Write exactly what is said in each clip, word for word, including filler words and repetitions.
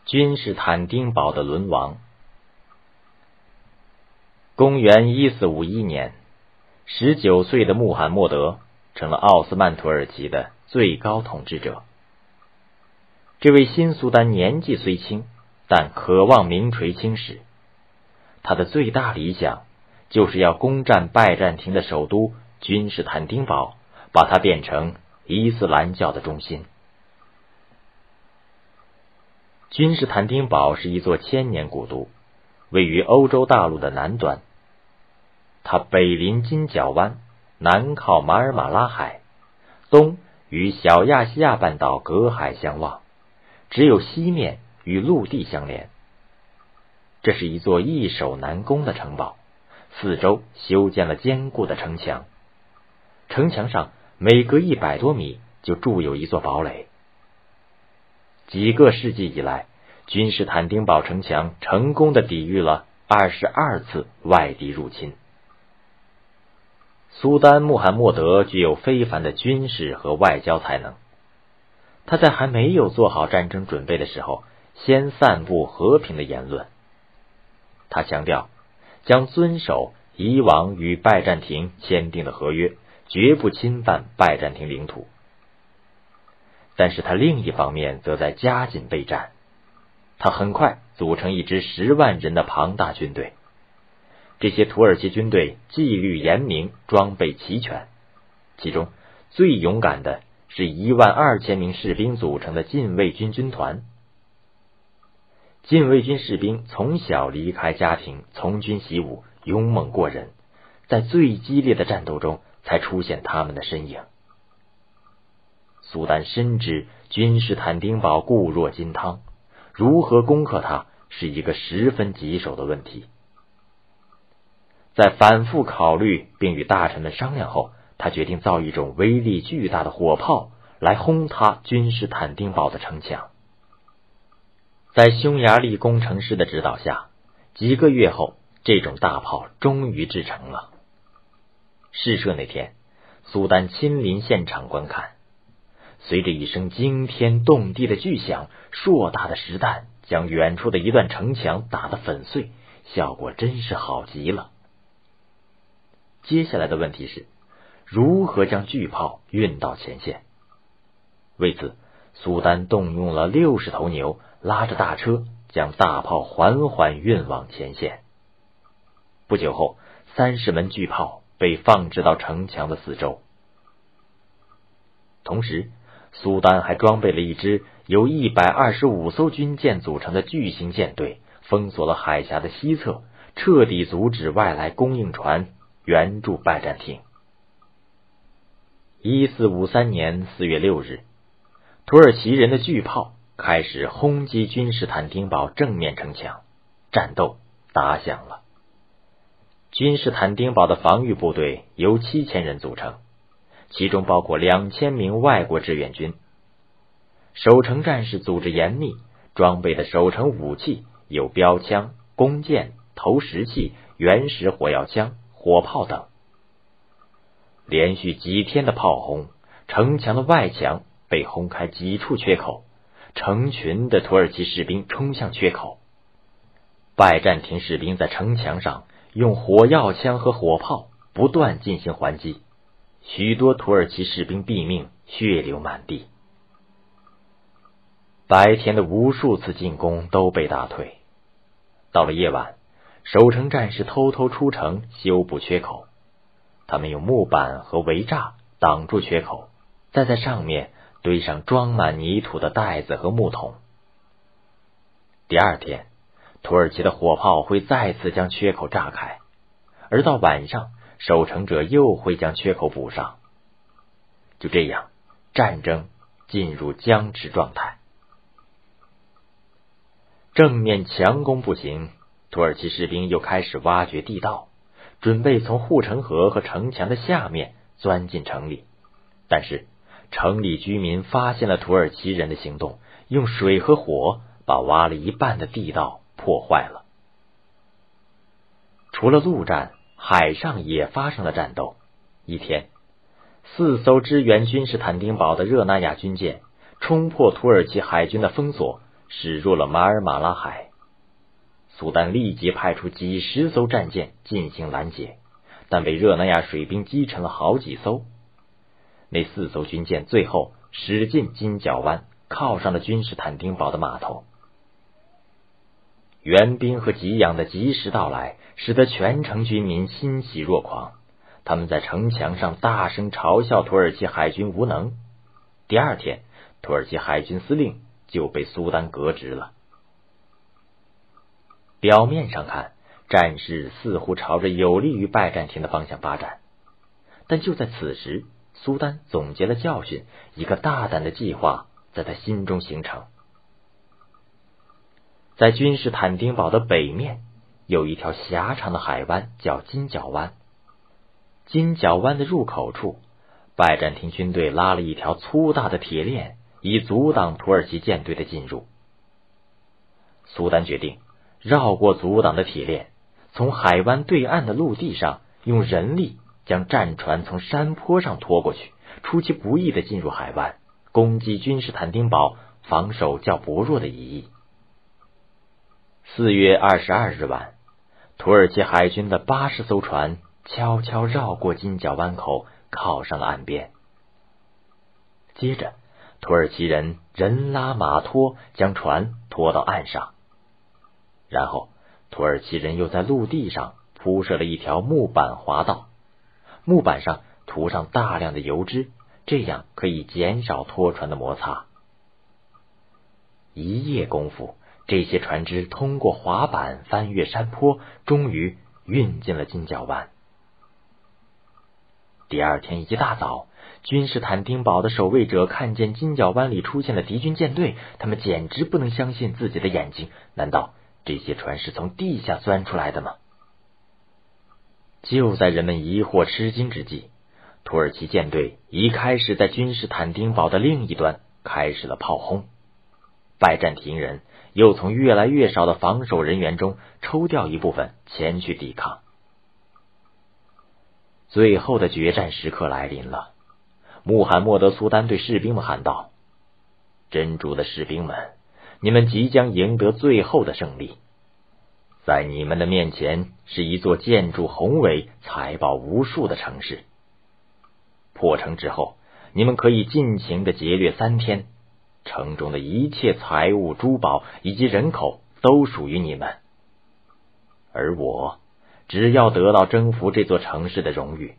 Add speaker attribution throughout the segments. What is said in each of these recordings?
Speaker 1: 君士坦丁堡的沦亡。公元一四五一年，十九岁的穆罕默德成了奥斯曼土耳其的最高统治者。这位新苏丹年纪虽轻，但渴望名垂青史。他的最大理想就是要攻占拜占庭的首都君士坦丁堡，把它变成伊斯兰教的中心。君士坦丁堡是一座千年古都，位于欧洲大陆的南端。它北临金角湾，南靠马尔马拉海，东与小亚细亚半岛隔海相望，只有西面与陆地相连。这是一座易守难攻的城堡，四周修建了坚固的城墙，城墙上每隔一百多米就筑有一座堡垒。几个世纪以来，君士坦丁堡城墙成功地抵御了二十二次外敌入侵。苏丹穆罕默德具有非凡的军事和外交才能，他在还没有做好战争准备的时候，先散布和平的言论。他强调将遵守以往与拜占庭签订的合约，绝不侵犯拜占庭领土。但是他另一方面则在加紧备战，他很快组成一支十万人的庞大军队。这些土耳其军队纪律严明，装备齐全，其中最勇敢的是一万二千名士兵组成的禁卫军军团。禁卫军士兵从小离开家庭，从军习武，勇猛过人，在最激烈的战斗中才出现他们的身影。苏丹深知君士坦丁堡固若金汤，如何攻克它是一个十分棘手的问题。在反复考虑并与大臣们商量后，他决定造一种威力巨大的火炮来轰塌君士坦丁堡的城墙。在匈牙利工程师的指导下，几个月后，这种大炮终于制成了。试射那天，苏丹亲临现场观看。随着一声惊天动地的巨响，硕大的石弹将远处的一段城墙打得粉碎，效果真是好极了。接下来的问题是，如何将巨炮运到前线？为此，苏丹动用了六十头牛，拉着大车将大炮缓缓运往前线。不久后，三十门巨炮被放置到城墙的四周。同时，苏丹还装备了一支由一百二十五艘军舰组成的巨型舰队，封锁了海峡的西侧，彻底阻止外来供应船援助拜占庭。一四五三年四月六日，土耳其人的巨炮开始轰击君士坦丁堡正面城墙，战斗打响了。君士坦丁堡的防御部队由七千人组成，其中包括两千名外国志愿军。守城战士组织严密，装备的守城武器有标枪、弓箭、投石器、原石火药枪、火炮等。连续几天的炮轰，城墙的外墙被轰开几处缺口，成群的土耳其士兵冲向缺口。拜占庭士兵在城墙上用火药枪和火炮不断进行还击，许多土耳其士兵毙命，血流满地。白天的无数次进攻都被打退。到了夜晚，守城战士偷偷出城修补缺口，他们用木板和围栅挡住缺口，再在上面堆上装满泥土的袋子和木桶。第二天，土耳其的火炮会再次将缺口炸开，而到晚上，守城者又会将缺口补上。就这样，战争进入僵持状态。正面强攻不行，土耳其士兵又开始挖掘地道，准备从护城河和城墙的下面钻进城里。但是城里居民发现了土耳其人的行动，用水和火把挖了一半的地道破坏了。除了陆战，海上也发生了战斗。一天，四艘支援君士坦丁堡的热那亚军舰冲破土耳其海军的封锁， 驶入了马尔马拉海。苏丹立即派出几十艘战舰进行拦截，但被热那亚水兵击沉了好几艘。那四艘军舰最后驶进金角湾，靠上了君士坦丁堡的码头。援兵和给养的及时到来，使得全城军民欣喜若狂。他们在城墙上大声嘲笑土耳其海军无能。第二天，土耳其海军司令就被苏丹革职了。表面上看，战事似乎朝着有利于拜占庭的方向发展，但就在此时，苏丹总结了教训，一个大胆的计划在他心中形成。在君士坦丁堡的北面有一条狭长的海湾，叫金角湾。金角湾的入口处，拜占庭军队拉了一条粗大的铁链，以阻挡土耳其舰队的进入。苏丹决定绕过阻挡的铁链，从海湾对岸的陆地上用人力将战船从山坡上拖过去，出其不意地进入海湾，攻击君士坦丁堡防守较薄弱的一翼。四月二十二日晚，土耳其海军的八十艘船悄悄绕过金角湾口，靠上了岸边。接着，土耳其人人拉马拖，将船拖到岸上。然后，土耳其人又在陆地上铺设了一条木板滑道，木板上涂上大量的油脂，这样可以减少拖船的摩擦。一夜功夫，这些船只通过滑板翻越山坡，终于运进了金角湾。第二天一大早，君士坦丁堡的守卫者看见金角湾里出现了敌军舰队，他们简直不能相信自己的眼睛，难道这些船是从地下钻出来的吗？就在人们疑惑吃惊之际，土耳其舰队一开始在君士坦丁堡的另一端开始了炮轰。拜占庭人又从越来越少的防守人员中抽调一部分前去抵抗。最后的决战时刻来临了，穆罕默德苏丹对士兵们喊道：真主的士兵们，你们即将赢得最后的胜利。在你们的面前是一座建筑宏伟、财宝无数的城市。破城之后，你们可以尽情的劫掠三天，城中的一切财物、珠宝以及人口都属于你们。而我只要得到征服这座城市的荣誉。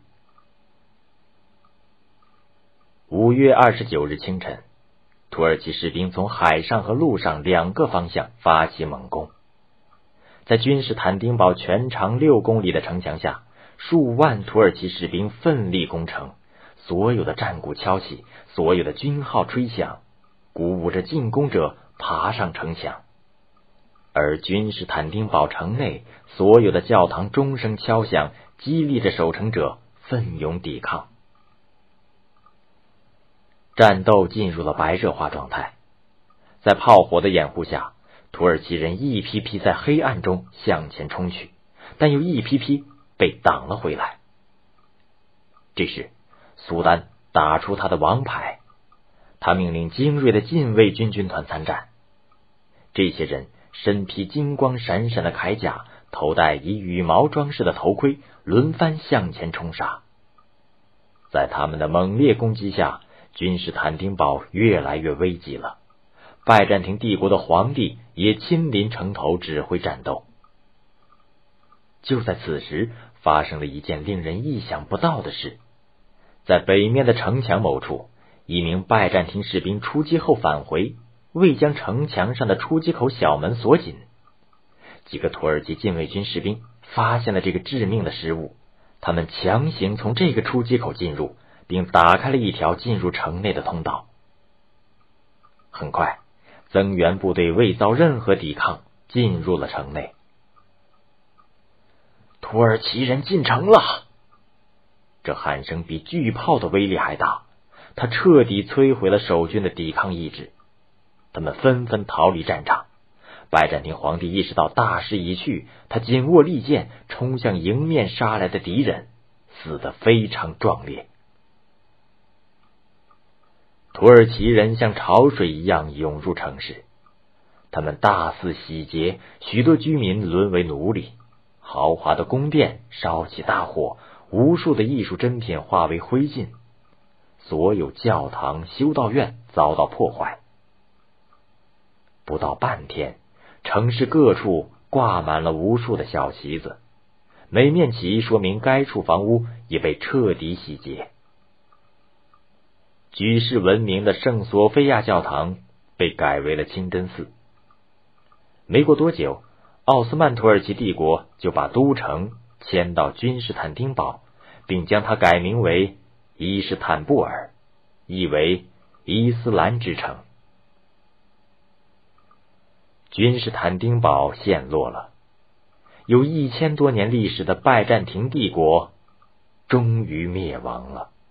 Speaker 1: 五月二十九日清晨，土耳其士兵从海上和陆上两个方向发起猛攻。在君士坦丁堡全长六公里的城墙下，数万土耳其士兵奋力攻城，所有的战鼓敲起，所有的军号吹响，鼓舞着进攻者爬上城墙。而君士坦丁堡城内所有的教堂钟声敲响，激励着守城者奋勇抵抗。战斗进入了白热化状态，在炮火的掩护下，土耳其人一批批在黑暗中向前冲去，但又一批批被挡了回来。这时，苏丹打出他的王牌，他命令精锐的禁卫军军团参战。这些人身披金光闪闪的铠甲，头戴以羽毛装饰的头盔，轮番向前冲杀。在他们的猛烈攻击下，君士坦丁堡越来越危急了。拜占庭帝国的皇帝也亲临城头指挥战斗。就在此时，发生了一件令人意想不到的事。在北面的城墙某处，一名拜占庭士兵出击后返回，未将城墙上的出击口小门锁紧。几个土耳其禁卫军士兵发现了这个致命的失误，他们强行从这个出击口进入，并打开了一条进入城内的通道。很快，增援部队未遭任何抵抗，进入了城内。土耳其人进城了！这喊声比巨炮的威力还大，它彻底摧毁了守军的抵抗意志。他们纷纷逃离战场。拜占庭皇帝意识到大势已去，他紧握利剑，冲向迎面杀来的敌人，死得非常壮烈。土耳其人像潮水一样涌入城市， 他们大肆洗劫，许多居民沦为奴隶，豪华的宫殿烧起大火，无数的艺术珍品化为灰烬，所有教堂、修道院遭到破坏。不到半天，城市各处挂满了无数的小旗子，每面旗说明该处房屋已被彻底洗劫。举世闻名的圣索菲亚教堂被改为了清真寺。没过多久，奥斯曼土耳其帝国就把都城迁到君士坦丁堡，并将它改名为伊斯坦布尔，意为伊斯兰之城。君士坦丁堡陷落了，有一千多年历史的拜占庭帝国终于灭亡了。